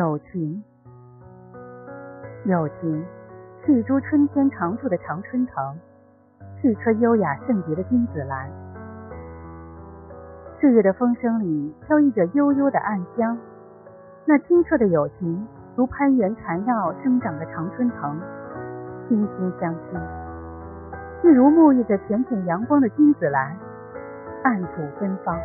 友情，友情是一株春天常驻的常春藤，是一颗优雅圣洁的君子兰。岁月的风声里飘逸着悠悠的暗香，那清澈的友情如攀援缠绕生长的常春藤，惺惺相惜，一如沐浴着浅浅阳光的君子兰，暗吐芬芳。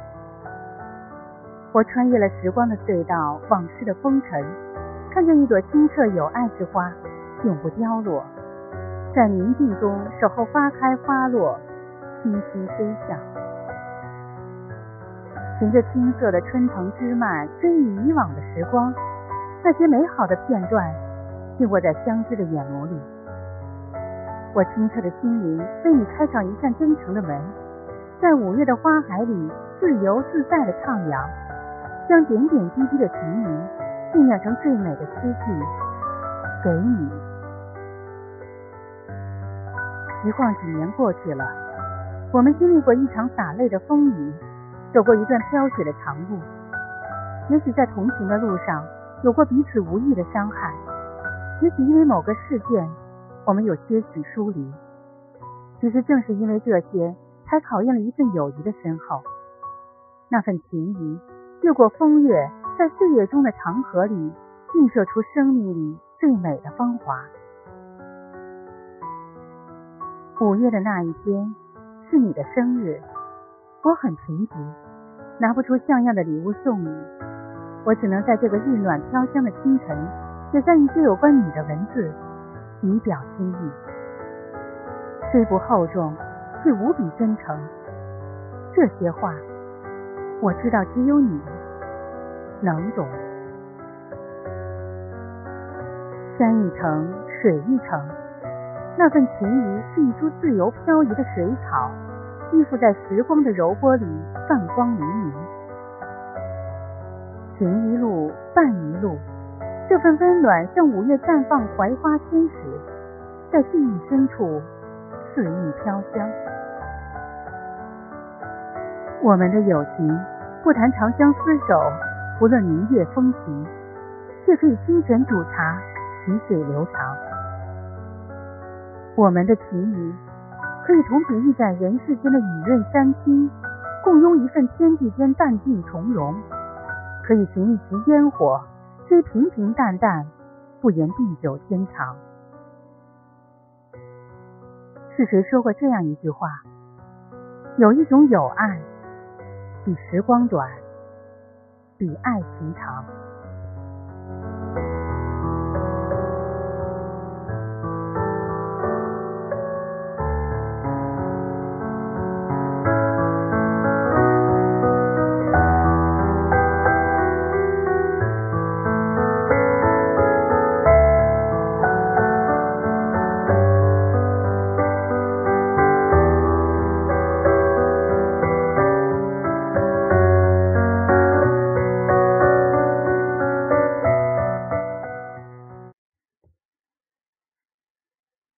我穿越了时光的隧道，往事的风尘，看见一朵清澈有爱之花，永不凋落，在宁静中守候花开花落，轻轻飞翔。循着青涩的春藤枝蔓，追忆以往的时光，那些美好的片段静卧在相知的眼眸里。我清澈的心灵为你开上一扇真诚的门，在五月的花海里自由自在地徜徉，将点点滴滴的情谊酝酿成最美的诗句给你。一晃几年过去了，我们经历过一场洒泪的风雨，走过一段飘雪的长路，也许在同行的路上有过彼此无意的伤害，也许因为某个事件我们有些许疏离，其实正是因为这些才考验了一份友谊的深厚。那份情谊越过风月，在岁月中的长河里映射出生命里最美的芳华。5月的那一天是你的生日，我很贫瘠，拿不出像样的礼物送你，我只能在这个日暖飘香的清晨写下一些有关你的文字，以表心意。虽不厚重，却无比真诚。这些话我知道只有你能懂。山一程，水一程，那份情谊是一株自由飘移的水草，依附在时光的柔波里，泛光粼粼。行一路，伴一路，这份温暖像5月绽放槐花天使，在记忆深处肆意飘香。我们的友情不谈长相厮守，不论明月风行，却可以清泉煮茶，细水流长。我们的情谊可以同比喻在人世间的雨润山青，共拥一份天地间淡定从容，可以寻一席烟火，虽平平淡淡，不言地久天长。是谁说过这样一句话，有一种友爱比时光短，比爱情长。